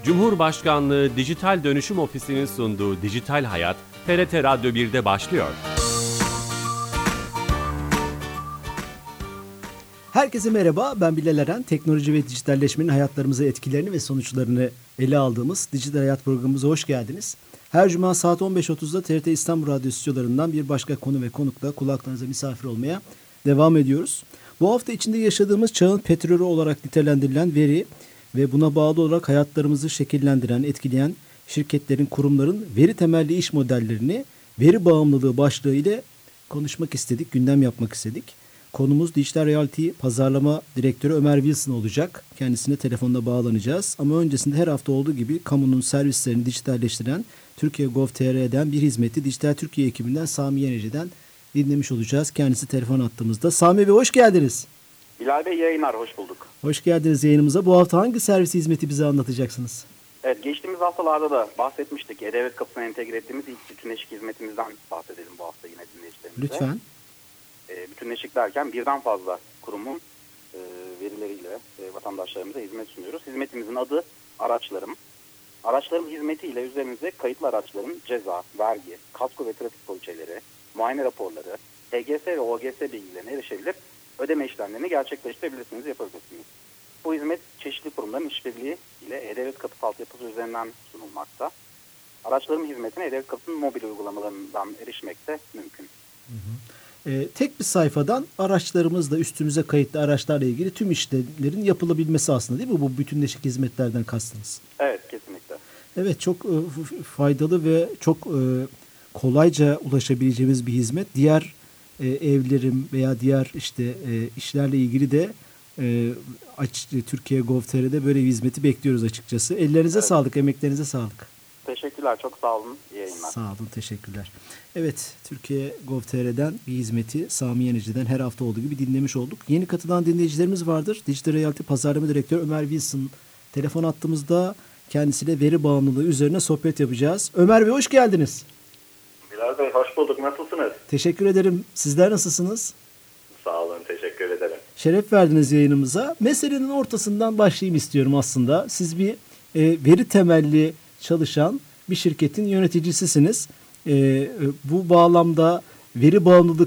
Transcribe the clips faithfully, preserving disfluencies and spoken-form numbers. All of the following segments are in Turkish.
Cumhurbaşkanlığı Dijital Dönüşüm Ofisi'nin sunduğu Dijital Hayat, T R T Radyo bir'de başlıyor. Herkese merhaba, ben Bilal Eren. Teknoloji ve dijitalleşmenin hayatlarımıza etkilerini ve sonuçlarını ele aldığımız Dijital Hayat programımıza hoş geldiniz. Her cuma saat on beş otuzda T R T İstanbul Radyo stüdyolarından bir başka konu ve konukla kulaklarınıza misafir olmaya devam ediyoruz. Bu hafta içinde yaşadığımız çağın petrolü olarak nitelendirilen veri ve buna bağlı olarak hayatlarımızı şekillendiren, etkileyen şirketlerin, kurumların veri temelli iş modellerini veri bağımlılığı başlığı ile konuşmak istedik, gündem yapmak istedik. Konumuz Digital Realty Pazarlama Direktörü Ömer Wilson olacak. Kendisine telefonla bağlanacağız. Ama öncesinde her hafta olduğu gibi kamunun servislerini dijitalleştiren Türkiye nokta gov nokta t r'den bir hizmeti Dijital Türkiye ekibinden Sami Yenece'den dinlemiş olacağız. Kendisi telefon attığımızda. Sami Bey hoş geldiniz. Bilal Bey yayınlar, hoş bulduk. Hoş geldiniz yayınımıza. Bu hafta hangi servis hizmeti bize anlatacaksınız? Evet, geçtiğimiz haftalarda da bahsetmiştik. E-Devlet kapısına entegre ettiğimiz ilk bütünleşik hizmetimizden bahsedelim bu hafta yine dinleyicilerimize. Lütfen. E, bütünleşik derken birden fazla kurumun e, verileriyle e, vatandaşlarımıza hizmet sunuyoruz. Hizmetimizin adı Araçlarım. Araçlarım hizmetiyle üzerinize kayıtlı araçların ceza, vergi, kasko ve trafik poliçeleri, muayene raporları, H G S ve O G S bilgilerine erişebilir, ödeme işlemlerini gerçekleştirebilirsiniz, yapabilirsiniz. Bu hizmet çeşitli kurumların işbirliği ile E-Devlet Kapısı altyapısı üzerinden sunulmakta. Araçlarım hizmetine E-Devlet Kapısı'nın mobil uygulamalarından erişmek de mümkün. Hı hı. Ee, tek bir sayfadan araçlarımızla üstümüze kayıtlı araçlarla ilgili tüm işlemlerin yapılabilmesi aslında, değil mi? Bu bütünleşik hizmetlerden kastınız. Evet, kesinlikle. Evet, çok e, faydalı ve çok e, kolayca ulaşabileceğimiz bir hizmet. Diğer e, evlerim veya diğer işte e, işlerle ilgili de e, aç, Türkiye nokta gov nokta t r'de böyle bir hizmeti bekliyoruz açıkçası. Ellerinize evet. Sağlık, emeklerinize sağlık. Teşekkürler, çok sağ olun. İyi yayınlar. Sağ olun, teşekkürler. Evet, Türkiye nokta gov nokta t r'den bir hizmeti Sami Yenece'den her hafta olduğu gibi dinlemiş olduk. Yeni katılan dinleyicilerimiz vardır. Dijital Realty Pazarlama Direktörü Ömer Wilson telefon attığımızda kendisiyle veri bağımlılığı üzerine sohbet yapacağız. Ömer Bey hoş geldiniz. Bilal Bey hoş bulduk. Nasılsınız? Teşekkür ederim. Sizler nasılsınız? Sağ olun. Teşekkür ederim. Şeref verdiniz yayınımıza. Meselenin ortasından başlayayım istiyorum aslında. Siz bir e, veri temelli çalışan bir şirketin yöneticisisiniz. E, bu bağlamda veri bağımlılığı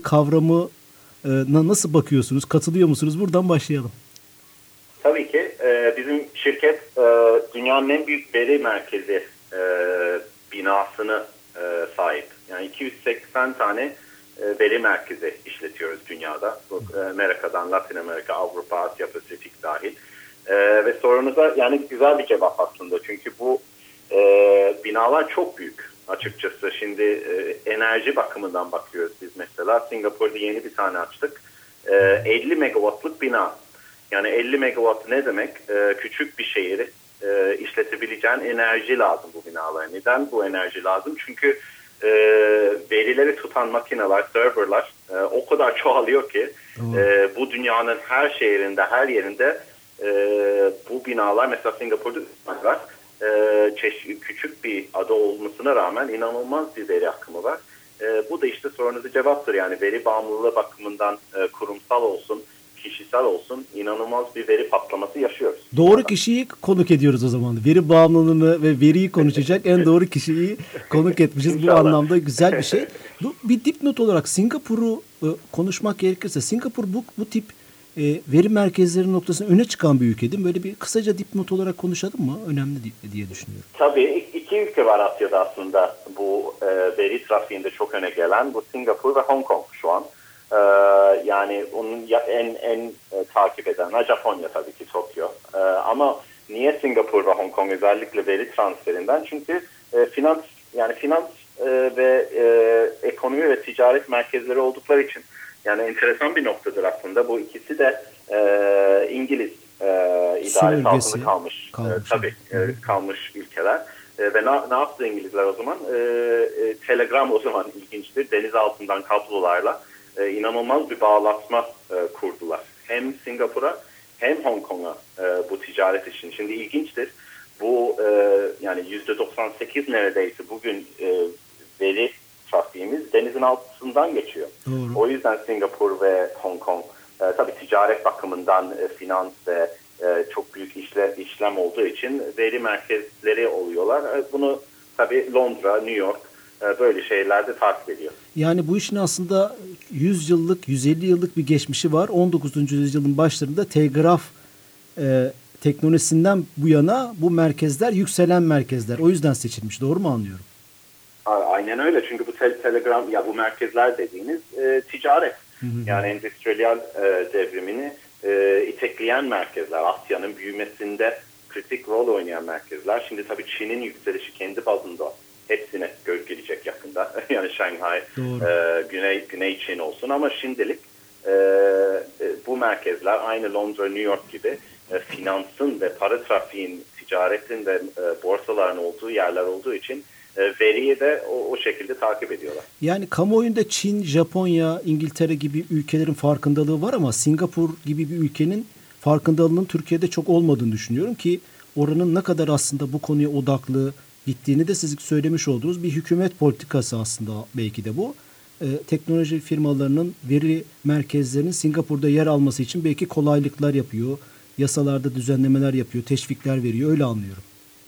kavramına nasıl bakıyorsunuz? Katılıyor musunuz? Buradan başlayalım. Tabii ki. E, bizim şirket e, dünyanın en büyük veri merkezi e, binasını e, sahip. Yani iki yüz seksen tane e, veri merkezi işletiyoruz dünyada. Bu, e, Amerika'dan Latin Amerika, Avrupa, Asya, Pasifik dahil. E, ve sorunuza yani güzel bir cevap aslında. Çünkü bu e, binalar çok büyük açıkçası. Şimdi e, enerji bakımından bakıyoruz biz mesela. Singapur'da yeni bir tane açtık. E, elli megawattlık bina. Yani elli megawatt ne demek? Ee, küçük bir şehri e, işletebileceğin enerji lazım bu binalara. Neden bu enerji lazım? Çünkü e, verileri tutan makineler, serverlar e, o kadar çoğalıyor ki e, bu dünyanın her şehrinde, her yerinde e, bu binalar, mesela Singapur'da var, e, çeşit, küçük bir ada olmasına rağmen inanılmaz bir veri akımı var. E, bu da işte sorunuza cevaptır. Yani veri bağımlılığı bakımından e, kurumsal olsun, kişisel olsun inanılmaz bir veri patlaması yaşıyoruz. Doğru kişiyi konuk ediyoruz o zaman. Veri bağımlılığını ve veriyi konuşacak en doğru kişiyi konuk etmişiz. Bu anlamda güzel bir şey. Bir dipnot olarak Singapur'u e, konuşmak gerekirse, Singapur bu, bu tip e, veri merkezleri noktasında öne çıkan bir ülke değil mi? Böyle bir kısaca dipnot olarak konuşalım mı? Önemli diye düşünüyorum. Tabii iki ülke var Asya'da aslında bu e, veri trafiğinde çok öne gelen. Bu Singapur ve Hong Kong şu an. Ee, yani onun en en e, takip eden Japonya tabii ki Tokyo. Ee, ama niye Singapur ve Hong Kong özellikle veri transferinden? Çünkü e, finans yani finans e, ve e, ekonomi ve ticaret merkezleri oldukları için. Yani enteresan bir noktadır aslında. Bu ikisi de e, İngiliz e, idaresi altında kalmış, kalmış, e, tabii e, kalmış ülkeler. E, ve ne, ne yaptı İngilizler o zaman? E, e, Telegram o zaman ilginçtir. Deniz altından kablolarla Ee, inanılmaz bir bağlatma e, kurdular. Hem Singapur'a hem Hong Kong'a e, bu ticaret için. Şimdi ilginçtir. Bu e, yani yüzde doksan sekiz neredeyse bugün e, veri trafiğimiz denizin altından geçiyor. Doğru. O yüzden Singapur ve Hong Kong e, tabii ticaret bakımından e, finans ve e, çok büyük işlem, işlem olduğu için veri merkezleri oluyorlar. E, bunu tabii Londra, New York e, böyle şeylerde takip ediyor. Yani bu işin aslında yüz yıllık, yüz elli yıllık bir geçmişi var. on dokuzuncu yüzyılın başlarında telgraf e, teknolojisinden bu yana bu merkezler yükselen merkezler. O yüzden seçilmiş. Doğru mu anlıyorum? Aynen öyle. Çünkü bu tel- telegram ya bu merkezler dediğiniz e, ticaret. Hı hı. Yani endüstriyel e, devrimini e, itekleyen merkezler. Asya'nın büyümesinde kritik rol oynayan merkezler. Şimdi tabii Çin'in yükselişi kendi bazında hepsine gölgeleyecek yakında. Yani Şanghay, e, Güney Güney Çin olsun ama şimdilik e, e, bu merkezler aynı Londra, New York gibi e, finansın ve para trafiğin, ticaretin ve e, borsaların olduğu yerler olduğu için veriyi de o, o şekilde takip ediyorlar. Yani kamuoyunda Çin, Japonya, İngiltere gibi ülkelerin farkındalığı var ama Singapur gibi bir ülkenin farkındalığının Türkiye'de çok olmadığını düşünüyorum ki oranın ne kadar aslında bu konuya odaklı gittiğini de siz söylemiş olduğunuz bir hükümet politikası aslında belki de bu. Ee, teknoloji firmalarının veri merkezlerinin Singapur'da yer alması için belki kolaylıklar yapıyor, yasalarda düzenlemeler yapıyor, teşvikler veriyor, öyle anlıyorum.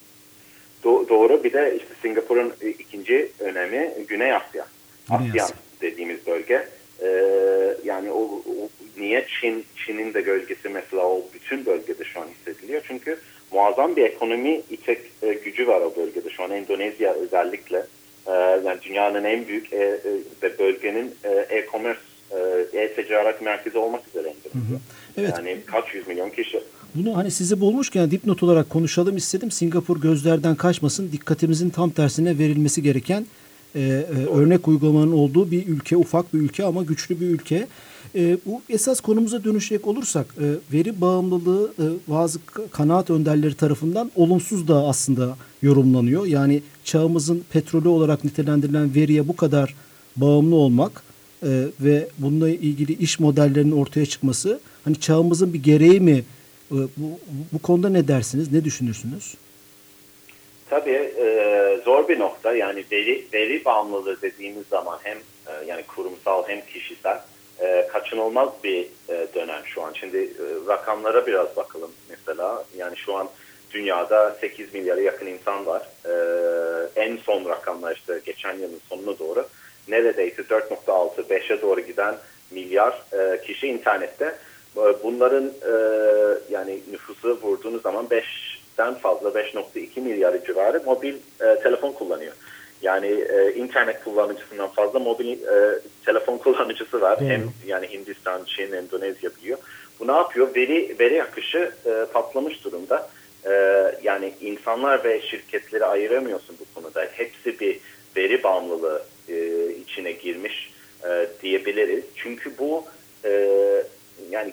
Doğru. Bir de işte Singapur'un ikinci önemi Güney Asya. Güney Asya Asya dediğimiz bölge. Ee, yani o, o niye Çin Çin'in de gölgesi mesela o bütün bölgede şu an hissediliyor. Çünkü muazzam bir ekonomi itek e, gücü var o bölgede şu an. Endonezya özellikle e, yani dünyanın en büyük e, e, bölgenin e, e-commerce, e, e-ticaret merkezi olmak üzere Endonezya. Evet. Yani kaç yüz milyon kişi. Bunu hani sizi bulmuşken dipnot olarak konuşalım istedim. Singapur gözlerden kaçmasın, dikkatimizin tam tersine verilmesi gereken e, e, örnek uygulamanın olduğu bir ülke, ufak bir ülke ama güçlü bir ülke. E, bu esas konumuza dönüşecek olursak e, veri bağımlılığı e, bazı kanaat önderleri tarafından olumsuz da aslında yorumlanıyor. Yani çağımızın petrolü olarak nitelendirilen veriye bu kadar bağımlı olmak e, ve bununla ilgili iş modellerinin ortaya çıkması hani çağımızın bir gereği mi? Bu, bu konuda ne dersiniz? Ne düşünürsünüz? Tabii e, zor bir nokta. Yani veri veri bağımlılığı dediğimiz zaman hem e, yani kurumsal hem kişisel e, kaçınılmaz bir e, dönem şu an. Şimdi e, rakamlara biraz bakalım mesela. Yani şu an dünyada sekiz milyara yakın insan var. E, en son rakamlar işte geçen yılın sonuna doğru neredeyse dört nokta altı beşe doğru giden milyar e, kişi internette. Bunların e, yani nüfusu vurduğunuz zaman beşten fazla beş nokta iki milyar civarı mobil e, telefon kullanıyor. Yani e, internet kullanıcısından fazla mobil e, telefon kullanıcısı var. Hmm. Hem yani Hindistan, Çin, Endonezya biliyor. Bu ne yapıyor? Veri veri akışı e, patlamış durumda. E, yani insanlar ve şirketleri ayıramıyorsun bu konuda. Hepsi bir veri bağımlılığı e, içine girmiş e, diyebiliriz. Çünkü bu e, yani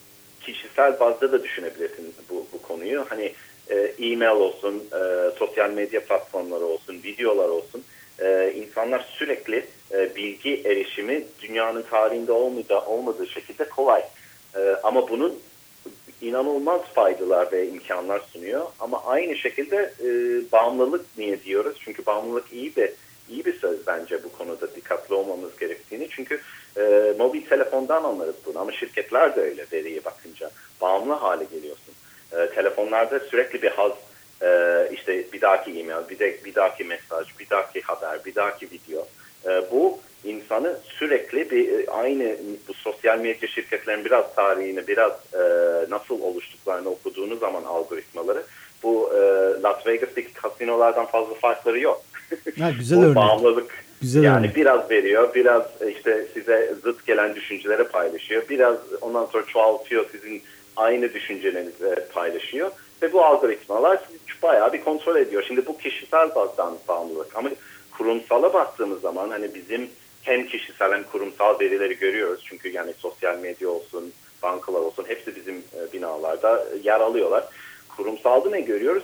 kişisel bazda da düşünebilirsin bu, bu konuyu. Hani e, e-mail olsun, e, sosyal medya platformları olsun, videolar olsun. E, insanlar sürekli e, bilgi erişimi dünyanın tarihinde olmadığı, olmadığı şekilde kolay. E, ama bunun inanılmaz faydalar ve imkanlar sunuyor. Ama aynı şekilde e, bağımlılık niye diyoruz? Çünkü bağımlılık iyi bir iyi bir söz bence bu konuda dikkatli olmamız gerektiğini. Çünkü e, mobil telefondan anlarız bunu ama şirketler de öyle veriye bakınca. Bağımlı hale geliyorsun. E, telefonlarda sürekli bir haz, e, işte bir dahaki e-mail, bir, de, bir dahaki mesaj, bir dahaki haber, bir dahaki video. E, bu insanı sürekli bir aynı bu sosyal medya şirketlerin biraz tarihini, biraz e, nasıl oluştuklarını okuduğunuz zaman algoritmaları bu e, Las Vegas'taki kasinolardan fazla farkları yok. Ha, güzel örnek. Bağımlılık güzel yani örnek. biraz veriyor, biraz işte size zıt gelen düşünceleri paylaşıyor. Biraz ondan sonra çoğaltıyor, sizin aynı düşüncelerinizi paylaşıyor. Ve bu algoritmalar sizi bayağı bir kontrol ediyor. Şimdi bu kişisel bazdan bağımlılık. Ama kurumsala baktığımız zaman hani bizim hem kişisel hem kurumsal verileri görüyoruz. Çünkü yani sosyal medya olsun, bankalar olsun hepsi bizim binalarda yer alıyorlar. Kurumsalda ne görüyoruz?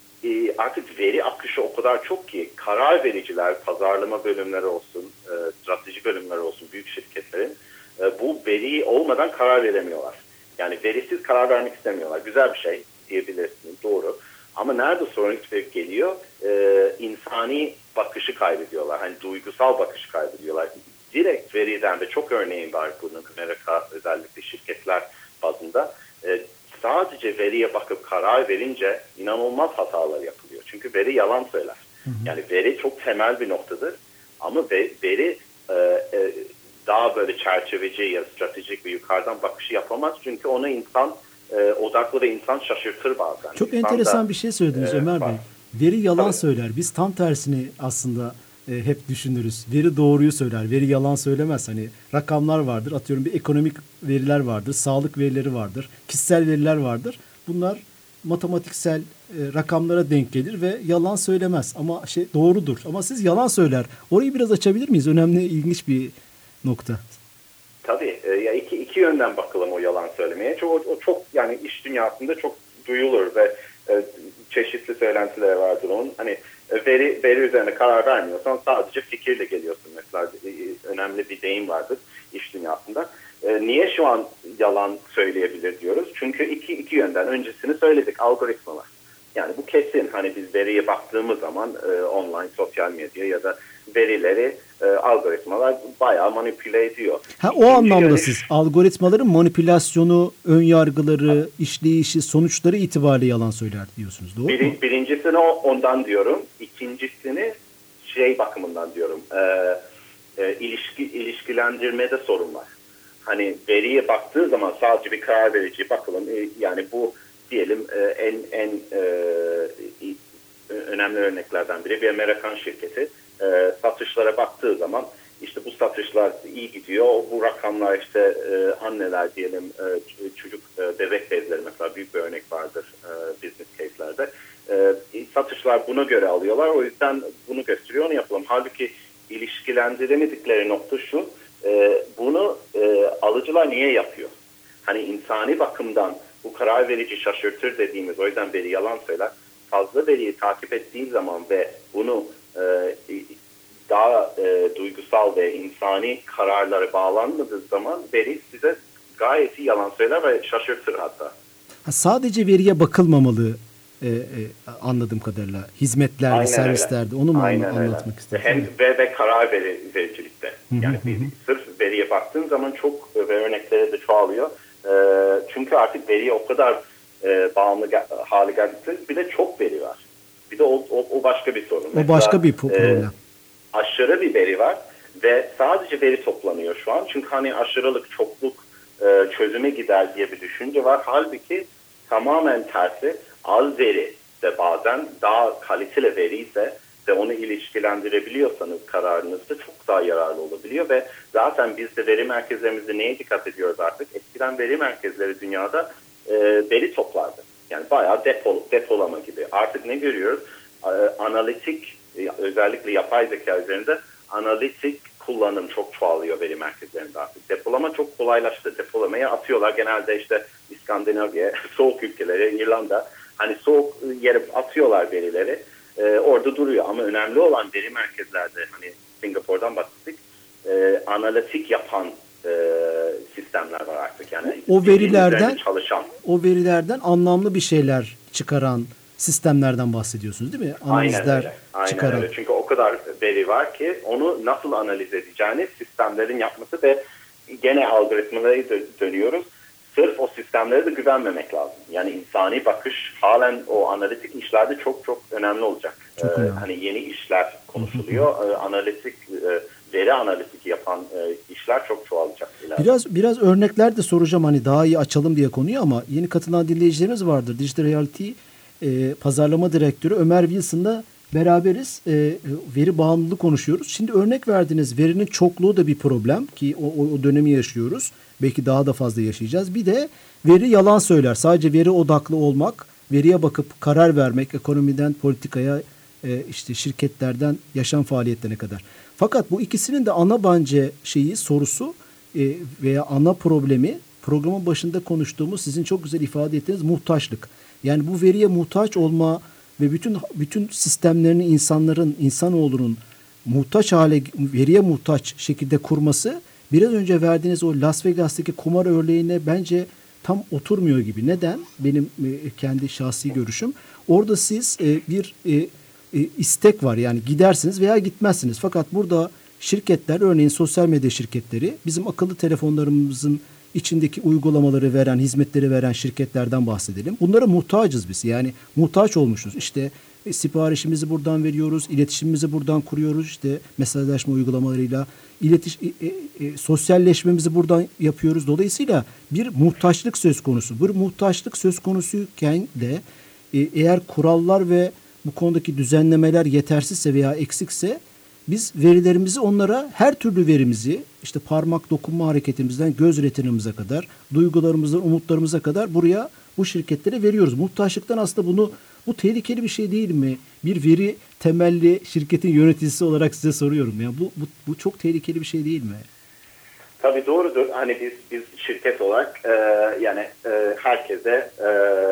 E, artık veri akışı o kadar çok ki karar vericiler, pazarlama bölümleri olsun, e, strateji bölümleri olsun büyük şirketlerin e, bu veriyi olmadan karar veremiyorlar. Yani verisiz karar vermek istemiyorlar. Güzel bir şey diyebilirsiniz, doğru. Ama nerede sorun geliyor? E, insani bakışı kaybediyorlar. Hani duygusal bakışı kaybediyorlar. Direkt veriden de çok örneğin var bunun Amerika özellikle şirketler bazında. E, sadece veriye bakıp karar verince inanılmaz hatalar yapılıyor. Çünkü veri yalan söyler. Hı hı. Yani veri çok temel bir noktadır. Ama veri e, e, daha böyle çerçeveci ya stratejik ve yukarıdan bakışı yapamaz. Çünkü onu insan e, odaklı ve insan şaşırtır bazen. Çok insan enteresan da, bir şey söylediniz e, Ömer Bey. Veri yalan Tabii. söyler. Biz tam tersini aslında e, hep düşünürüz. Veri doğruyu söyler. Veri yalan söylemez. Hani rakamlar vardır. Atıyorum bir ekonomik veriler vardır. Sağlık verileri vardır. Kişisel veriler vardır. Bunlar matematiksel e, rakamlara denk gelir ve yalan söylemez. Ama şey doğrudur. Ama siz yalan söyler. Orayı biraz açabilir miyiz? Önemli, ilginç bir nokta. Tabii. E, ya iki iki yönden bakalım o yalan söylemeye. Çok o çok yani iş dünyasında çok duyulur ve e, çeşitli söylentiler vardır onun. Hani e, veri veri üzerine karar vermiyorsan sadece fikirle geliyorsun mesela. E, önemli bir deyim vardır iş dünyasında. E, niye şu an yalan söyleyebilir diyoruz? Çünkü iki iki yönden öncesini söyledik, algoritmalar. Yani bu kesin. Hani biz veriye baktığımız zaman e, online, sosyal medya ya da verileri e, algoritmalar bayağı manipüle ediyor. Ha, o İkinci anlamda yönü, siz algoritmaların manipülasyonu, ön yargıları, ha. işleyişi, sonuçları itibariyle yalan söyler diyorsunuz. Doğru bir, mu? Birincisini ondan diyorum. İkincisini şey bakımından diyorum. E, e, ilişki ilişkilendirmede sorun var. Hani veriye baktığı zaman sadece bir karar verici bakalım. E, yani bu diyelim e, en en e, önemli örneklerden biri bir Amerikan şirketi. E, satışlara baktığı zaman işte bu satışlar iyi gidiyor. Bu rakamlar işte e, anneler diyelim e, çocuk e, bebek bezleri mesela büyük bir örnek vardır e, business case'lerde. E, satışlar buna göre alıyorlar. O yüzden bunu gösteriyor, onu yapalım. Halbuki ilişkilendiremedikleri nokta şu. E, bunu e, alıcılar niye yapıyor? Hani insani bakımdan bu karar verici şaşırtır dediğimiz, o yüzden veri yalan söyler. Fazla veriyi takip ettiği zaman ve bunu e, daha e, duygusal ve insani kararlara bağlanmadığı zaman veri size gayet iyi yalan söyler ve şaşırtır hatta. Ha, sadece veriye bakılmamalı e, e, anladığım kadarıyla. Hizmetlerde, Aynen servislerde öyle. Onu mu Aynen anlatmak istedim? Hem ve, ve karar veri, vericilikte. Yani hı hı. Sırf veriye baktığın zaman çok ve örnekleri de çoğalıyor. E, çünkü artık veriye o kadar e, bağımlı ge- hale geldikleri bir de çok veri var. Bir de o, o, o başka bir sorun. O Mesela, başka bir problem. E, aşırı bir veri var ve sadece veri toplanıyor şu an. Çünkü hani aşırılık, çokluk e, çözüme gider diye bir düşünce var. Halbuki tamamen tersi. Az veri de bazen daha kaliteli veri ise ve onu ilişkilendirebiliyorsanız kararınızda çok daha yararlı olabiliyor ve zaten biz de veri merkezlerimizde neye dikkat ediyoruz artık? Eskiden veri merkezleri dünyada e, veri toplardı. Yani bayağı depol, depolama gibi. Artık ne görüyoruz? E, analitik, özellikle yapay zeka üzerinde analitik kullanım çok çoğalıyor veri merkezlerinde artık. Depolama çok kolaylaştı. Depolamaya atıyorlar genelde işte İskandinavya, soğuk ülkeleri, İrlanda. Hani soğuk yere atıyorlar verileri. E, orada duruyor. Ama önemli olan veri merkezlerde, hani Singapur'dan bahsettik, e, analitik yapan e, sistemler var artık. Yani o verilerden çalışan. O verilerden anlamlı bir şeyler çıkaran sistemlerden bahsediyorsunuz değil mi? Analizler Aynen öyle. Aynen çıkaran. öyle. Çünkü o kadar veri var ki onu nasıl analiz edeceğini sistemlerin yapması ve gene algoritmalara dönüyoruz. Sırf o sistemlere de güvenmemek lazım. Yani insani bakış halen o analitik işlerde çok çok önemli olacak. Çok ee, hani yeni işler konuşuluyor. ee, analitik e, veri analitik yapan e, işler çok çoğalacak. İleride. Biraz biraz örnekler de soracağım hani daha iyi açalım diye konuyu ama yeni katılan dinleyicilerimiz vardır. Digital Realty e, pazarlama direktörü Ömer Wilson'la beraberiz. E, veri bağımlılığı konuşuyoruz. Şimdi örnek verdiniz. Verinin çokluğu da bir problem ki o, o dönemi yaşıyoruz. Belki daha da fazla yaşayacağız. Bir de veri yalan söyler. Sadece veri odaklı olmak, veriye bakıp karar vermek, ekonomiden politikaya, e, işte şirketlerden yaşam faaliyetlerine kadar. Fakat bu ikisinin de ana bence şeyi, sorusu e, veya ana problemi programın başında konuştuğumuz, sizin çok güzel ifade ettiğiniz muhtaçlık. Yani bu veriye muhtaç olma ve bütün bütün sistemlerini insanların, insanoğlunun muhtaç hale, veriye muhtaç şekilde kurması biraz önce verdiğiniz o Las Vegas'taki kumar örneğine bence tam oturmuyor gibi. Neden? Benim e, kendi şahsi görüşüm. Orada siz e, bir e, e, istek var. Yani gidersiniz veya gitmezsiniz. Fakat burada şirketler, örneğin sosyal medya şirketleri bizim akıllı telefonlarımızın içindeki uygulamaları veren, hizmetleri veren şirketlerden bahsedelim. Bunlara muhtacız biz. Yani muhtaç olmuşuz. İşte e, siparişimizi buradan veriyoruz, iletişimimizi buradan kuruyoruz. İşte mesajlaşma uygulamalarıyla iletiş e, e, e, sosyalleşmemizi buradan yapıyoruz. Dolayısıyla bir muhtaçlık söz konusu. Bu muhtaçlık söz konusuyken de e, eğer kurallar ve bu konudaki düzenlemeler yetersizse veya eksikse biz verilerimizi onlara, her türlü verimizi, işte parmak dokunma hareketimizden göz retinamıza kadar, duygularımızdan umutlarımıza kadar buraya, bu şirketlere veriyoruz. Muhtaçlıktan aslında bunu, bu tehlikeli bir şey değil mi? Bir veri temelli şirketin yöneticisi olarak size soruyorum. Yani bu, bu, bu çok tehlikeli bir şey değil mi? Tabii doğrudur. Hani biz biz şirket olarak e, yani e, herkese e,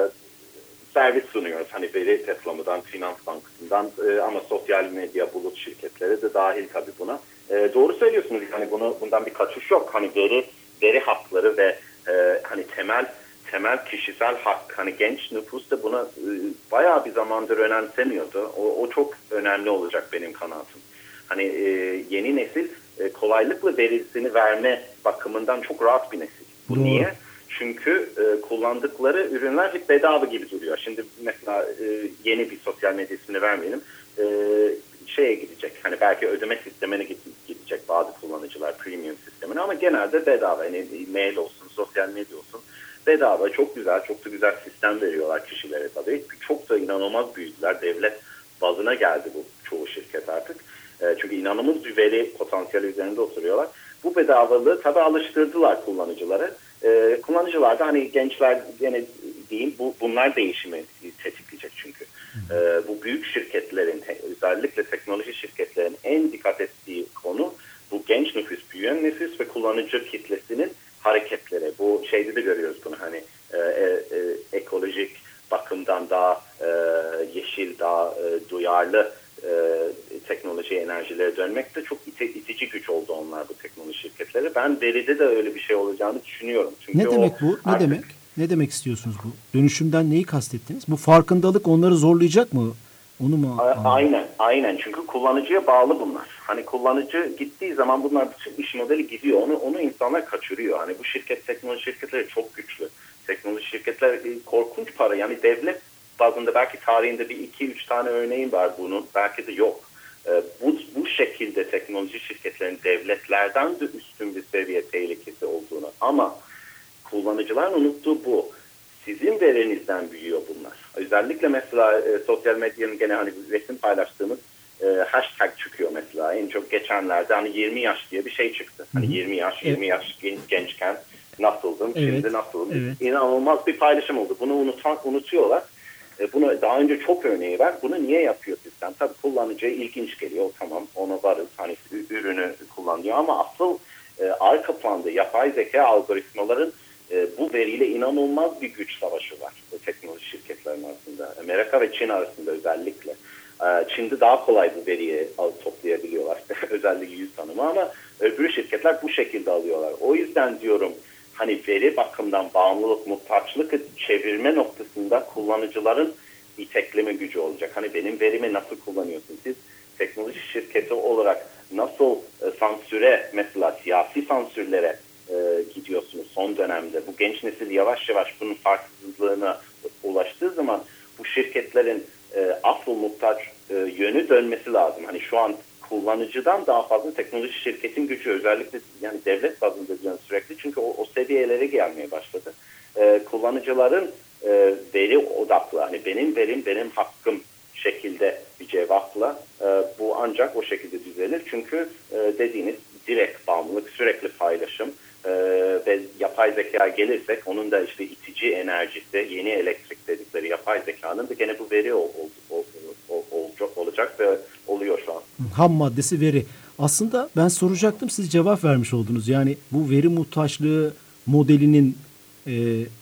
servis sunuyoruz. Hani veri toplamından, finans bankasından e, ama sosyal medya, bulut şirketleri de dahil tabii buna. E, doğru söylüyorsunuz. Hani bunu bundan bir kaçış yok. Hani veri veri hakları ve e, hani temel temel kişisel hak. Hani genç nüfus da buna e, bayağı bir zamandır önemsemiyordu. O, o çok önemli olacak benim kanaatim. Hani e, yeni nesil e, kolaylıkla verisini verme bakımından çok rahat bir nesil. Bu Doğru. niye? Çünkü e, kullandıkları ürünler hep bedava gibi duruyor. Şimdi mesela e, yeni bir sosyal medya ismini vermeyelim. E, şeye gidecek. Hani belki ödeme sistemine gidecek bazı kullanıcılar, premium sistemine, ama genelde bedava. Yani mail olsun, sosyal medya olsun. Bedava, çok güzel, çok da güzel sistem veriyorlar kişilere tabii. Çok da inanılmaz büyüdüler. Devlet bazına geldi bu çoğu şirket artık. E, çünkü inanılmaz bir veri potansiyeli üzerinde oturuyorlar. Bu bedavalığı tabii alıştırdılar kullanıcıları. Ee, kullanıcılar da hani gençler gene diyeyim bu, bunlar değişimi tetikleyecek çünkü. Ee, bu büyük şirketlerin, özellikle teknoloji şirketlerin en dikkat ettiği konu bu genç nüfus, büyüyen nüfus ve kullanıcı kitlesinin hareketleri. Bu şeyde de görüyoruz bunu, hani e, e, ekolojik bakımdan daha e, yeşil, daha e, duyarlı e, teknoloji enerjilere dönmek de çok ite, itici güç oldu onlar, bu teknoloji şirketleri. Ben veride de öyle bir şey olacağını düşünüyorum. Çünkü ne demek bu? Ne artık, demek? Ne demek istiyorsunuz bu? Dönüşümden neyi kastettiniz? Bu farkındalık onları zorlayacak mı? Onu mu? A- aynen, aynen. Çünkü kullanıcıya bağlı bunlar. Hani kullanıcı gittiği zaman bunlar bütün iş modeli gidiyor. Onu onu insanlar kaçırıyor. Hani bu şirket, teknoloji şirketleri çok güçlü. Teknoloji şirketler korkunç para. Yani devlet bazında belki tarihinde bir iki üç tane örneğin var bunun. Belki de yok. Ee, bu, bu şekilde teknoloji şirketlerin devletlerden de üstün bir seviye tehlikesi olduğunu. Ama kullanıcıların unuttuğu bu. Sizin verinizden büyüyor bunlar. Özellikle mesela e, sosyal medyanın gene hani resim paylaştığımız e, hashtag çıkıyor mesela. En çok geçenlerde hani yirmi yaş diye bir şey çıktı. Hani Hı-hı. yirmi yaş, yirmi evet. yaş genç, gençken nasıldım, evet. şimdi nasılım. Evet. İnanılmaz bir paylaşım oldu. Bunu unutan, unutuyorlar. E, bunu daha önce çok örneği var. Bunu niye yapıyor sistem? Tabii kullanıcıya ilginç geliyor. Tamam, ona varız. Hani ürünü kullanıyor ama asıl e, arka planda yapay zeka algoritmaların e, bu veriyle inanılmaz bir güç savaşı var. Bu teknoloji şirketlerinin arasında. Amerika ve Çin arasında özellikle. E, Çin'de daha kolay bu veriyi toplayabiliyorlar. Özellikle yüz tanımı, ama öbür şirketler bu şekilde alıyorlar. O yüzden diyorum, hani veri bakımından bağımlılık, muhtaçlık çevirme noktasında kullanıcıların itekleme gücü olacak. Hani benim verimi nasıl kullanıyorsun? Siz teknoloji şirketi olarak nasıl e, sansüre, mesela siyasi sansürlere e, gidiyorsunuz son dönemde? Bu genç nesil yavaş yavaş bunun farkındalığına ulaştığı zaman bu şirketlerin e, asıl muhtaç e, yönü dönmesi lazım. Hani şu an kullanıcıdan daha fazla teknoloji şirketin gücü, özellikle yani devlet bazında diyorum sürekli, çünkü o, o seviyelere gelmeye başladı. Ee, kullanıcıların e, veri odaklı, hani benim verim benim hakkım şekilde bir cevapla e, bu ancak o şekilde düzelir. Çünkü e, dediğiniz direkt bağımlılık, sürekli paylaşım e, ve yapay zeka gelirsek onun da işte itici enerjisi, yeni elektrik dedikleri yapay zekanın da gene bu veri ol, ol, ol, ol, olacak, olacak ve oluyor şu an. Ham maddesi veri. Aslında ben soracaktım, siz cevap vermiş oldunuz. Yani bu veri muhtaçlığı modelinin e,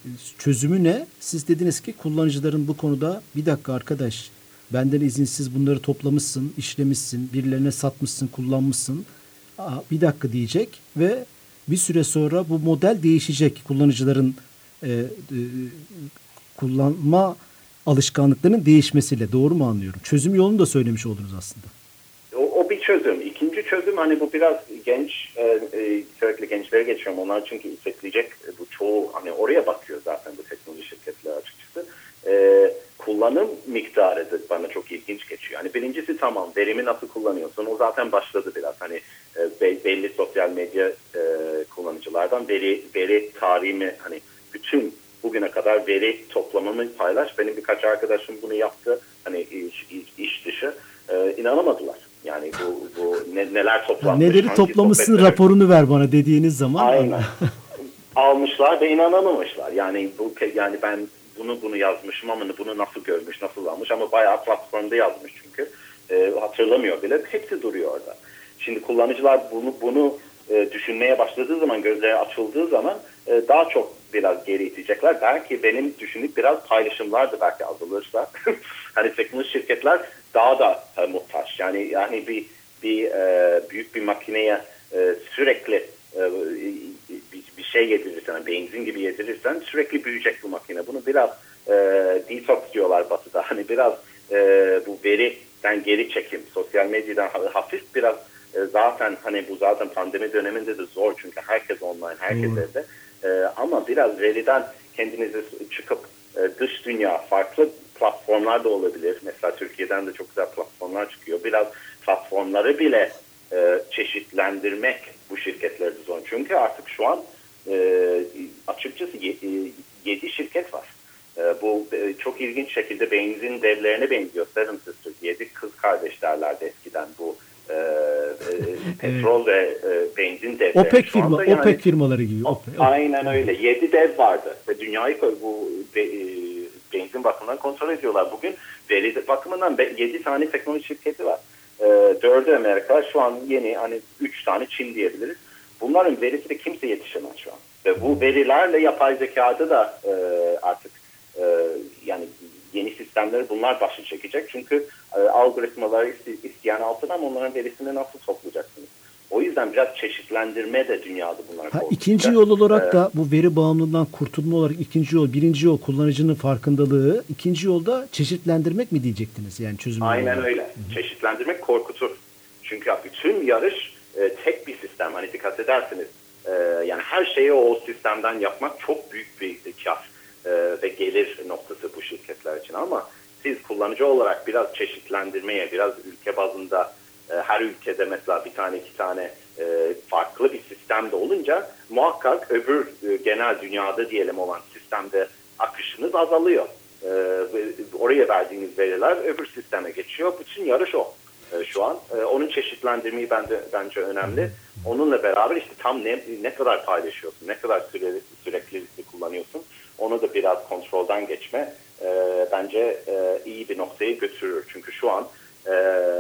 çözümü ne? Siz dediniz ki kullanıcıların bu konuda, bir dakika arkadaş, benden izinsiz bunları toplamışsın, işlemişsin, birilerine satmışsın, kullanmışsın. Aa, bir dakika diyecek ve bir süre sonra bu model değişecek. Kullanıcıların e, e, kullanma alışkanlıklarının değişmesiyle. Doğru mu anlıyorum? Çözüm yolunu da söylemiş oldunuz aslında. O, o bir çözüm. İkinci Çözümcü çözüm hani bu biraz genç e, e, sürekli gençlere geçiyorum. Onlar çünkü istekleyecek e, bu çoğu hani oraya bakıyor zaten bu teknoloji şirketleri açıkçası. E, kullanım miktarı da bana çok ilginç geçiyor. Yani birincisi tamam verimi nasıl kullanıyorsun o zaten başladı biraz. Hani e, belli sosyal medya e, kullanıcılardan veri veri tarihimi hani bütün bugüne kadar veri toplamamı paylaş. Benim birkaç arkadaşım bunu yaptı. Hani iş, iş, iş dışı e, inanamadılar. Yani bu, bu ne, neler toplanmış. Neleri toplamışsın raporunu ver bana dediğiniz zaman. Aynen. Almışlar ve inanamamışlar. Yani bu yani ben bunu bunu yazmışım ama bunu nasıl görmüş, nasıl almış ama bayağı platformda yazmış çünkü. E, hatırlamıyor bile. Hepsi duruyor orada. Şimdi kullanıcılar bunu bunu e, düşünmeye başladığı zaman, gözleri açıldığı zaman e, daha çok biraz geri itecekler. Belki benim düşünüp biraz paylaşımlar da belki azalırsa. Hani teknoloji şirketler daha da e, muhtaç. Yani yani bir bir e, büyük bir makineye e, sürekli e, bir, bir şey yedirirsen, benzin gibi yedirirsen sürekli büyüyecek bu makine. Bunu biraz e, detox diyorlar Batı'da. Hani biraz e, bu veriden geri çekim, sosyal medyadan hafif biraz e, zaten hani bu zaten pandemi döneminde de zor çünkü herkes online, herkes hmm. evde. E, ama biraz veriden kendinizi çıkıp e, dış dünya, farklı platformlar da olabilir. Mesela Türkiye'den de çok güzel platformlar çıkıyor. Biraz platformları bile e, çeşitlendirmek bu şirketlerde zor. Çünkü artık şu an e, açıkçası yedi şirket var. E, bu e, çok ilginç şekilde benzin devlerine benziyor. Seven Sisters, yedi kız kardeş derlerdi eskiden bu e, e, petrol ve e, benzin devleri. OPEC firma, yani, OPEC firmaları gibi. OPEC. Aynen öyle. yedi dev vardı ve dünyayı bu e, benzin bakımından kontrol ediyorlar. Bugün veri bakımından yedi tane teknoloji şirketi var. dördü Amerika, şu an yeni hani üç tane Çin diyebiliriz. Bunların verisi de kimse yetişemez şu an. Ve bu verilerle yapay zekada da e, artık e, yani yeni sistemleri bunlar başa çekecek. Çünkü e, algoritmaları isteyen altından onların verisini nasıl toplayacaksınız? O yüzden biraz çeşitlendirme de dünyada bunlar korkacak. İkinci yol olarak ee, da bu veri bağımlılığından kurtulma olarak ikinci yol, birinci yol kullanıcının farkındalığı, ikinci yolda çeşitlendirmek mi diyecektiniz yani çözüm? Aynen olarak. Öyle. Hı-hı. Çeşitlendirmek korkutur. Çünkü bütün yarış e, tek bir sistem. Hani dikkat edersiniz. E, yani her şeyi o sistemden yapmak çok büyük bir kar e, ve gelir noktası bu şirketler için. Ama siz kullanıcı olarak biraz çeşitlendirmeye, biraz ülke bazında her ülkede mesela bir tane iki tane e, farklı bir sistemde olunca muhakkak öbür e, genel dünyada diyelim olan sistemde akışınız azalıyor. E, oraya verdiğiniz veriler öbür sisteme geçiyor. Bütün yarış o e, şu an. E, onun çeşitlendirmeyi bence, bence önemli. Onunla beraber işte tam ne, ne kadar paylaşıyorsun, ne kadar süre, sürekli kullanıyorsun onu da biraz kontrolden geçme e, bence e, iyi bir noktaya götürür. Çünkü şu an e,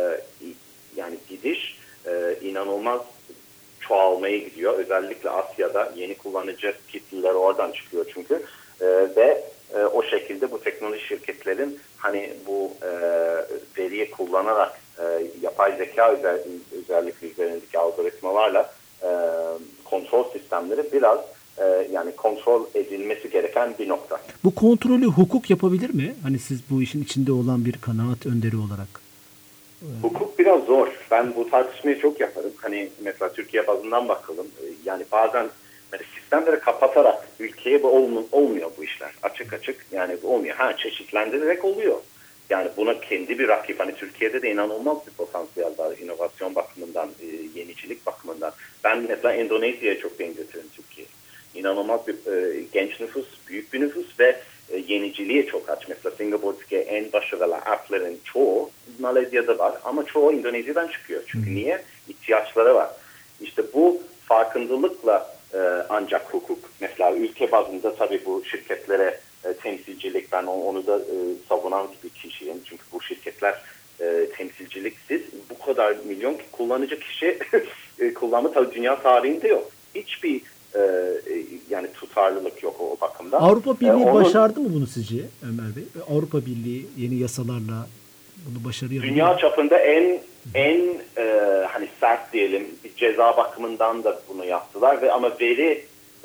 yani gidiş e, inanılmaz çoğalmaya gidiyor. Özellikle Asya'da yeni kullanıcı kitleler oradan çıkıyor çünkü. E, ve e, o şekilde bu teknoloji şirketlerin hani bu e, veriyi kullanarak e, yapay zeka özel, özellikle üzerindeki algoritmalarla e, kontrol sistemleri biraz e, yani kontrol edilmesi gereken bir nokta. Bu kontrolü hukuk yapabilir mi? Hani siz bu işin içinde olan bir kanaat önderi olarak. Hukuk biraz zor. Ben bu tartışmayı çok yaparım. Hani mesela Türkiye bazından bakalım. Yani bazen yani sistemleri kapatarak ülkeye bu olm- olmuyor bu işler. Açık açık yani olmuyor. Ha çeşitlendirerek oluyor. Yani buna kendi bir rakip. Hani Türkiye'de de inanılmaz bir potansiyel var. İnovasyon bakımından, e, yenicilik bakımından. Ben mesela Endonezya'ya çok benzetirim Türkiye. İnanılmaz bir e, genç nüfus, büyük bir nüfus ve e, yeniciliğe çok aç. Mesela Singapur'daki en başarılı app'lerin çoğu Malezya'da var ama çoğu Endonezya'dan çıkıyor. Çünkü hmm. niye? İhtiyaçları var. İşte bu farkındalıkla e, ancak hukuk. Mesela ülke bazında tabii bu şirketlere e, temsilcilik, ben onu da e, savunan bir kişiyim. Çünkü bu şirketler e, temsilciliksiz bu kadar milyon kullanıcı kişi e, kullanma tabii dünya tarihinde yok. Hiçbir e, yani tutarlılık yok o bakımdan. Avrupa Birliği ee, onun, başardı mı bunu sizce Ömer Bey? Avrupa Birliği yeni yasalarla bunu başarıyor. Dünya çapında en en e, hani sert diyelim bir ceza bakımından da bunu yaptılar ve ama veri e,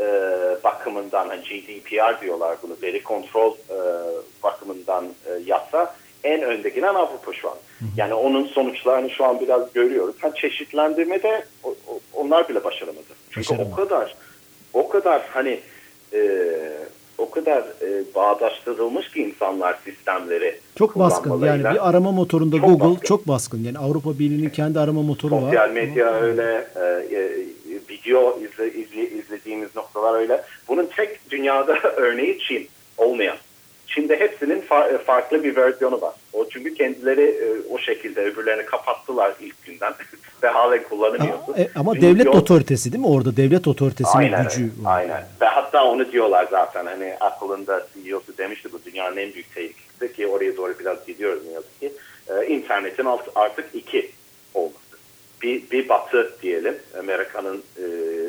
bakımından hani G D P R diyorlar bunu veri kontrol e, bakımından e, yasa en önde giden Avrupa şu an. Yani onun sonuçlarını şu an biraz görüyoruz. Ha, çeşitlendirmede o, o, onlar bile başaramadı. Çünkü Başaramadı. o kadar o kadar hani e, o kadar e, bağdaştırılmış ki insanlar sistemleri. Çok baskın. Yani bir arama motorunda çok Google baskın. çok baskın. Yani Avrupa Birliği'nin kendi arama motoru Sosyal var. Sosyal medya Ama... öyle, e, e, video izle, izle, izlediğimiz noktalar öyle. Bunun tek dünyada örneği Çin olmayan. Çin'de hepsinin fa- farklı bir versiyonu var. O çünkü kendileri e, o şekilde öbürlerini kapattılar ilk günden ve halen kullanamıyorsun. Aa, e, ama çünkü devlet yol... otoritesi değil mi? Orada devlet otoritesinin aynen, gücü. Aynen. Ve hatta onu diyorlar zaten. Hani Apple'ın da C E O'su demişti bu dünyanın en büyük tehlikesi ki oraya doğru biraz gidiyoruz ne yazık ki. Ee, internetin artık iki olması. Bir, bir batı diyelim. Amerika'nın e,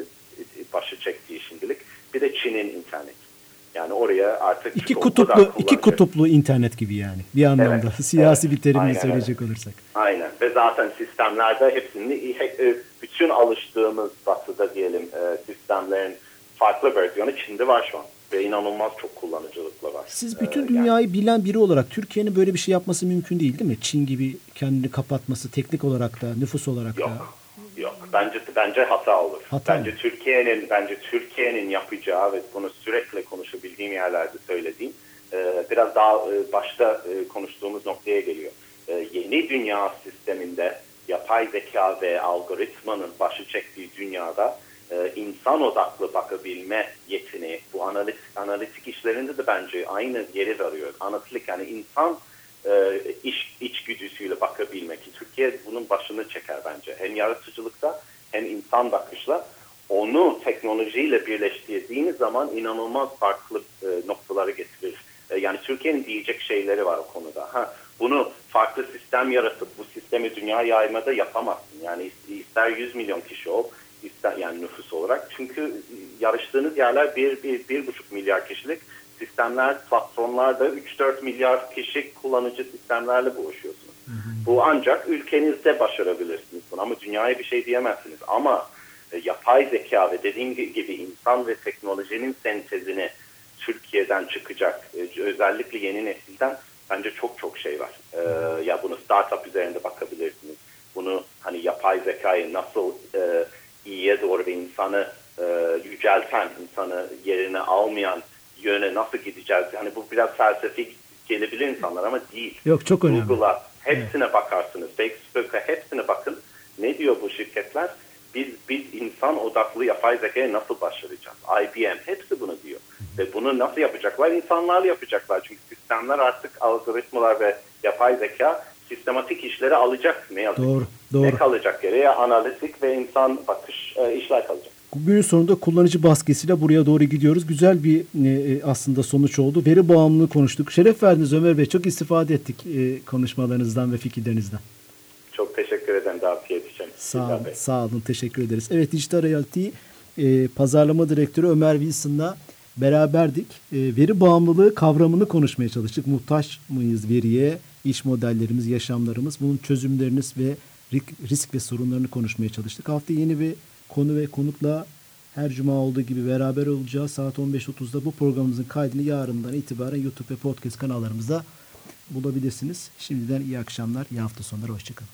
başı çektiği şimdilik. Bir de Çin'in interneti. Yani oraya artık iki kutuplu iki kutuplu internet gibi yani bir anlamda evet, siyasi evet, bir terimle aynen, söyleyecek evet. olursak. Aynen ve zaten sistemlerde hepsini bütün alıştığımız batıda diyelim sistemlerin farklı versiyonu Çin'de var şu an ve inanılmaz çok kullanıcılıkla var. Siz bütün ee, dünyayı yani, bilen biri olarak Türkiye'nin böyle bir şey yapması mümkün değil değil mi? Çin gibi kendini kapatması teknik olarak da nüfus olarak yok. da. Yok bence bence hata olur. Hata bence mı? Türkiye'nin bence Türkiye'nin yapacağı ve bunu sürekli konuşabildiğim yerlerde söylediğim e, biraz daha e, başta e, konuştuğumuz noktaya geliyor. E, yeni dünya sisteminde yapay zeka ve algoritmanın başı çektiği dünyada e, insan odaklı bakabilme yeteneği bu analitik analitik işlerinde de bence aynı yeri arıyor. Analitik yani insan E, iş içgüdüsüyle bakabilmek ki Türkiye bunun başını çeker bence. Hem yaratıcılıkta hem insan bakışla onu teknolojiyle birleştirdiğiniz zaman inanılmaz farklı e, noktaları getirir. E, yani Türkiye'nin diyecek şeyleri var o konuda. Ha, bunu farklı sistem yaratıp bu sistemi dünya yaymada yapamazsın. Yani ister yüz milyon kişi ol, ister yani nüfus olarak. Çünkü yarıştığınız yerler bir, bir, bir buçuk milyar kişilik sistemler, platformlarda üç dört milyar kişi kullanıcı sistemlerle boğuşuyorsunuz. Hı hı. Bu ancak ülkenizde başarabilirsiniz bunu ama dünyaya bir şey diyemezsiniz. Ama e, yapay zeka ve dediğim gibi insan ve teknolojinin sentezini Türkiye'den çıkacak, e, özellikle yeni nesilden bence çok çok şey var. E, ya bunu startup üzerinde bakabilirsiniz. Bunu hani yapay zekayı nasıl e, iyiye doğru bir insanı e, yücelten, insanı yerine almayan yöne nasıl gideceğiz? Yani bu biraz felsefik gelebilir insanlar ama değil. Yok çok önemli. Google'a hepsine evet. bakarsınız. Facebook'a hepsine bakın. Ne diyor bu şirketler? Biz biz insan odaklı yapay zekaya nasıl başlayacağız? I B M hepsi bunu diyor. Hı. Ve bunu nasıl yapacaklar? İnsanlarla yapacaklar. Çünkü sistemler artık algoritmalar ve yapay zeka sistematik işleri alacak. Ne yazık doğru, doğru. Ne kalacak geriye? Analitik ve insan bakış e, işler kalacak. Günün sonunda kullanıcı baskısıyla buraya doğru gidiyoruz. Güzel bir e, aslında sonuç oldu. Veri bağımlılığı konuştuk. Şeref verdiniz Ömer Bey. Çok istifade ettik e, konuşmalarınızdan ve fikirlerinizden. Çok teşekkür ederim davet için. Sağ olun, sağ olun. Teşekkür ederiz. Evet, Dijital Realty e, Pazarlama Direktörü Ömer Wilson'la beraberdik. E, veri bağımlılığı kavramını konuşmaya çalıştık. Muhtaç mıyız veriye? İş modellerimiz, yaşamlarımız, bunun çözümleriniz ve risk ve sorunlarını konuşmaya çalıştık. Haftaya yeni bir konu ve konukla her cuma olduğu gibi beraber olacağız. Saat on beş otuzda bu programımızın kaydını yarından itibaren YouTube ve podcast kanallarımızda bulabilirsiniz. Şimdiden iyi akşamlar, iyi hafta sonları, hoşçakalın.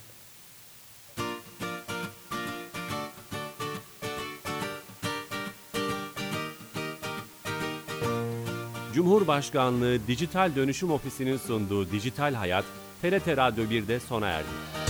Cumhurbaşkanlığı Dijital Dönüşüm Ofisi'nin sunduğu Dijital Hayat, T R T Radyo bir'de sona erdi.